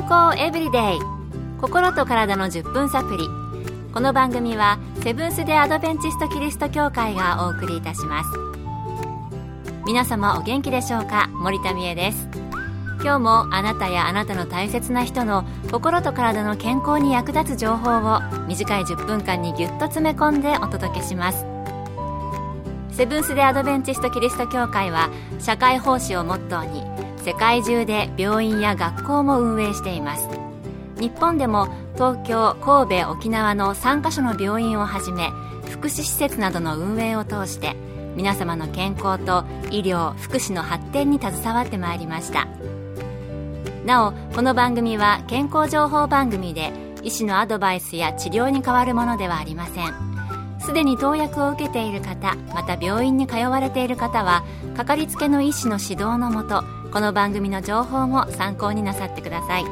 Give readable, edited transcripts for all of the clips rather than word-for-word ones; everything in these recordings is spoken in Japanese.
康エブリデイ、心と体の10分サプリ。この番組はセブンス・デ・アドベンチスト・キリスト教会がお送りいたします。皆様お元気でしょうか。森田美恵です。今日もあなたやあなたの大切な人の心と体の健康に役立つ情報を短い10分間にぎゅっと詰め込んでお届けします。セブンス・デ・アドベンチスト・キリスト教会は社会奉仕をモットーに世界中で病院や学校も運営しています。日本でも東京、神戸、沖縄の3カ所の病院をはじめ福祉施設などの運営を通して皆様の健康と医療・福祉の発展に携わってまいりました。なお、この番組は健康情報番組で医師のアドバイスや治療に代わるものではありません。すでに投薬を受けている方、また病院に通われている方はかかりつけの医師の指導のもと、この番組の情報も参考になさってください。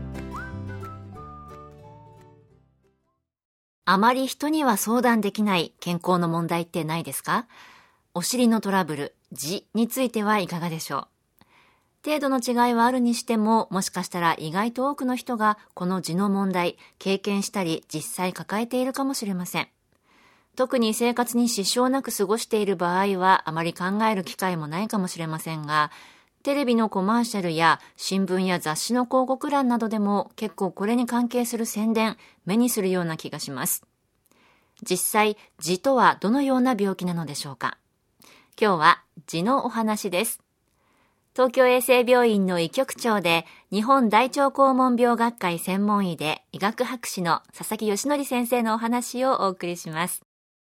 あまり人には相談できない健康の問題ってないですか？お尻のトラブル、痔についてはいかがでしょう？程度の違いはあるにしても、もしかしたら意外と多くの人がこの痔の問題、経験したり実際抱えているかもしれません。特に生活に支障なく過ごしている場合はあまり考える機会もないかもしれませんが、テレビのコマーシャルや新聞や雑誌の広告欄などでも結構これに関係する宣伝、目にするような気がします。実際、痔とはどのような病気なのでしょうか。今日は痔のお話です。東京衛生病院の医局長で日本大腸肛門病学会専門医で医学博士の佐々木義則先生のお話をお送りします。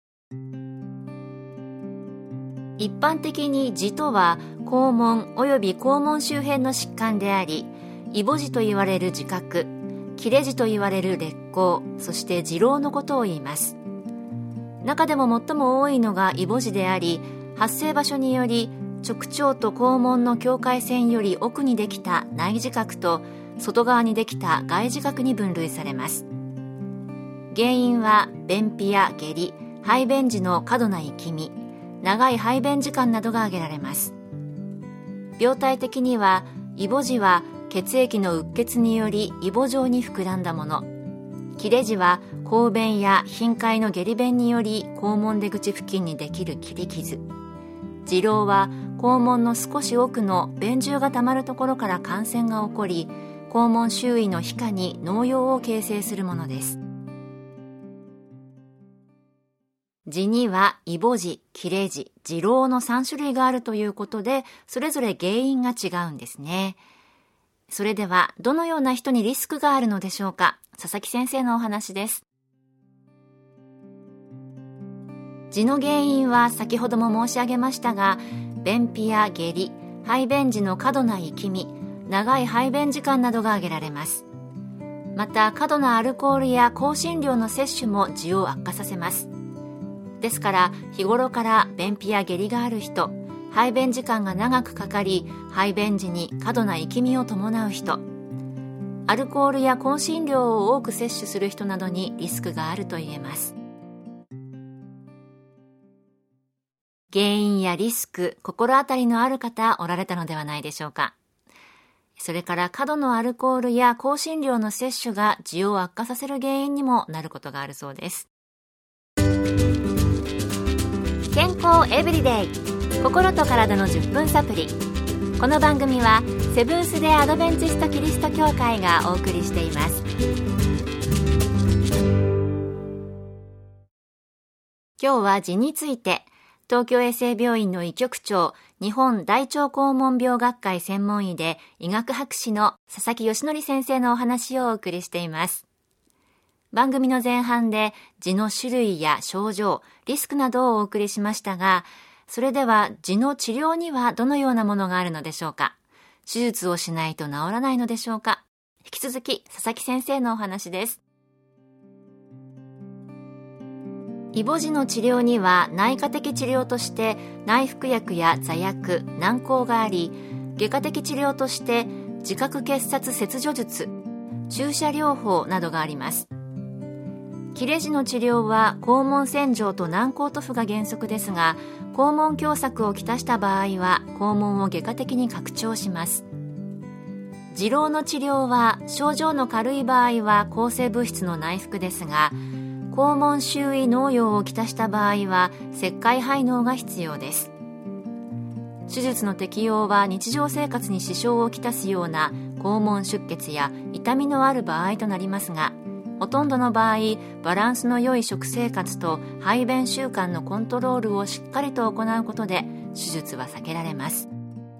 一般的に痔とは肛門および肛門周辺の疾患であり、イボ痔と言われる自覚、切れ痔と言われる裂孔、そして痔瘻のことを言います。中でも最も多いのがイボ痔であり、発生場所により直腸と肛門の境界線より奥にできた内耳核と外側にできた外耳核に分類されます。原因は便秘や下痢、排便時の過度な息み、長い排便時間などが挙げられます。病態的には、イボ痔は血液のうっ血によりイボ状に膨らんだもの、切れ痔は口便や頻回の下痢便により肛門出口付近にできる切り傷、痔瘻は肛門の少し奥の便汁がたまるところから感染が起こり、肛門周囲の皮下に膿瘍を形成するものです。痔にはイボ痔、切れ痔、痔瘻の3種類があるということで、それぞれ原因が違うんですね。それではどのような人にリスクがあるのでしょうか。佐々木先生のお話です。痔の原因は先ほども申し上げましたが、便秘や下痢、排便時の過度な息み、長い排便時間などが挙げられます。また過度なアルコールや香辛料の摂取も痔を悪化させます。ですから日頃から便秘や下痢がある人、排便時間が長くかかり排便時に過度な息みを伴う人、アルコールや香辛料を多く摂取する人などにリスクがあると言えます。原因やリスク、心当たりのある方おられたのではないでしょうか。それから過度のアルコールや香辛料の摂取が痔を悪化させる原因にもなることがあるそうです。健康エブリデイ、心と体の10分サプリ。この番組はセブンス・デ・アドベンチスト・キリスト教会がお送りしています。今日は痔について、東京衛生病院の医局長、日本大腸肛門病学会専門医で医学博士の佐々木義則先生のお話をお送りしています。番組の前半で痔の種類や症状、リスクなどをお送りしましたが、それでは痔の治療にはどのようなものがあるのでしょうか。手術をしないと治らないのでしょうか。引き続き佐々木先生のお話です。イボ痔の治療には内科的治療として内服薬や座薬、軟膏があり、外科的治療として自覚結紮切除術、注射療法などがあります。切れ痔の治療は肛門洗浄と軟膏塗布が原則ですが、肛門狭窄をきたした場合は肛門を外科的に拡張します。 痔瘻の治療は症状の軽い場合は抗生物質の内服ですが、肛門周囲膿瘍をきたした場合は切開排膿が必要です。手術の適用は日常生活に支障をきたすような肛門出血や痛みのある場合となりますが、ほとんどの場合バランスの良い食生活と排便習慣のコントロールをしっかりと行うことで手術は避けられます。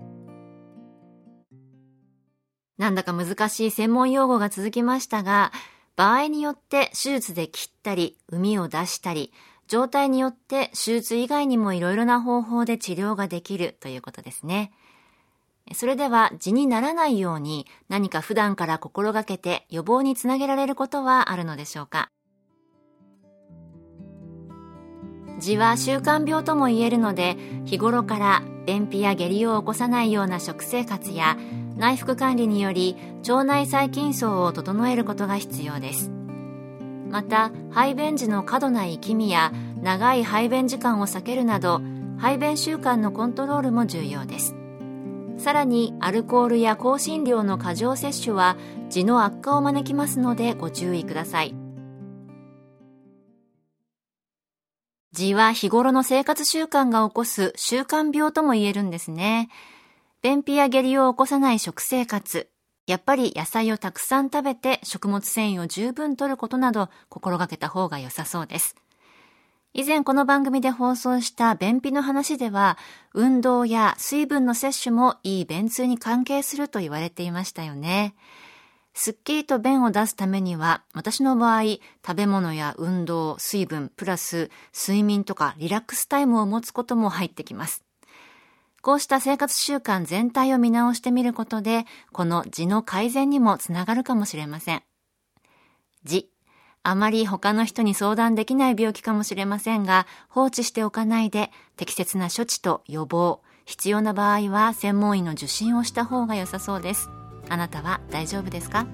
なんだか難しい専門用語が続きましたが、場合によって手術で切ったり膿を出したり、状態によって手術以外にもいろいろな方法で治療ができるということですね。それでは痔にならないように何か普段から心がけて予防につなげられることはあるのでしょうか。痔は習慣病とも言えるので、日頃から便秘や下痢を起こさないような食生活や内服管理により腸内細菌層を整えることが必要です。また排便時の過度な息みや長い排便時間を避けるなど排便習慣のコントロールも重要です。さらにアルコールや香辛料の過剰摂取は痔の悪化を招きますのでご注意ください。痔は日頃の生活習慣が起こす習慣病とも言えるんですね。便秘や下痢を起こさない食生活、やっぱり野菜をたくさん食べて食物繊維を十分摂ることなど心がけた方が良さそうです。以前この番組で放送した便秘の話では、運動や水分の摂取もいい便通に関係すると言われていましたよね。すっきりと便を出すためには、私の場合、食べ物や運動、水分、プラス睡眠とかリラックスタイムを持つことも入ってきます。こうした生活習慣全体を見直してみることで、この痔の改善にもつながるかもしれません。痔、あまり他の人に相談できない病気かもしれませんが、放置しておかないで適切な処置と予防、必要な場合は専門医の受診をした方が良さそうです。あなたは大丈夫ですか？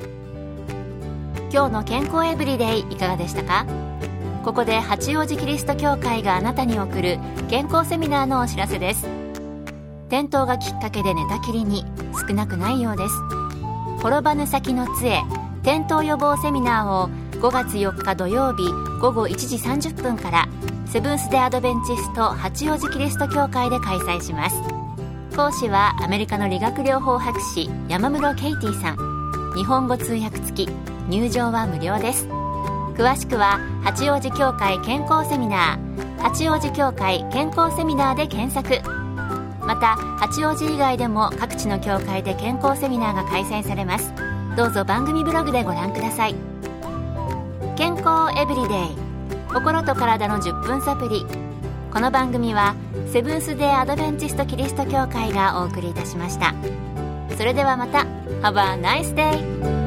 今日の健康エブリデイいかがでしたか？ここで八王子キリスト教会があなたに送る健康セミナーのお知らせです。転倒がきっかけで寝たきりに少なくないようです。転ばぬ先の杖、転倒予防セミナーを5月4日土曜日午後1時30分からセブンス・デ・アドベンチスト八王子キリスト教会で開催します。講師はアメリカの理学療法博士山室ケイティさん。日本語通訳付き、入場は無料です。詳しくは八王子教会健康セミナー、八王子教会健康セミナーで検索。また八王子以外でも各地の教会で健康セミナーが開催されます。どうぞ番組ブログでご覧ください。健康エブリデイ、心と体の10分サプリ。この番組はセブンス・デ・アドベンチスト・キリスト教会がお送りいたしました。それではまた。Have a nice day!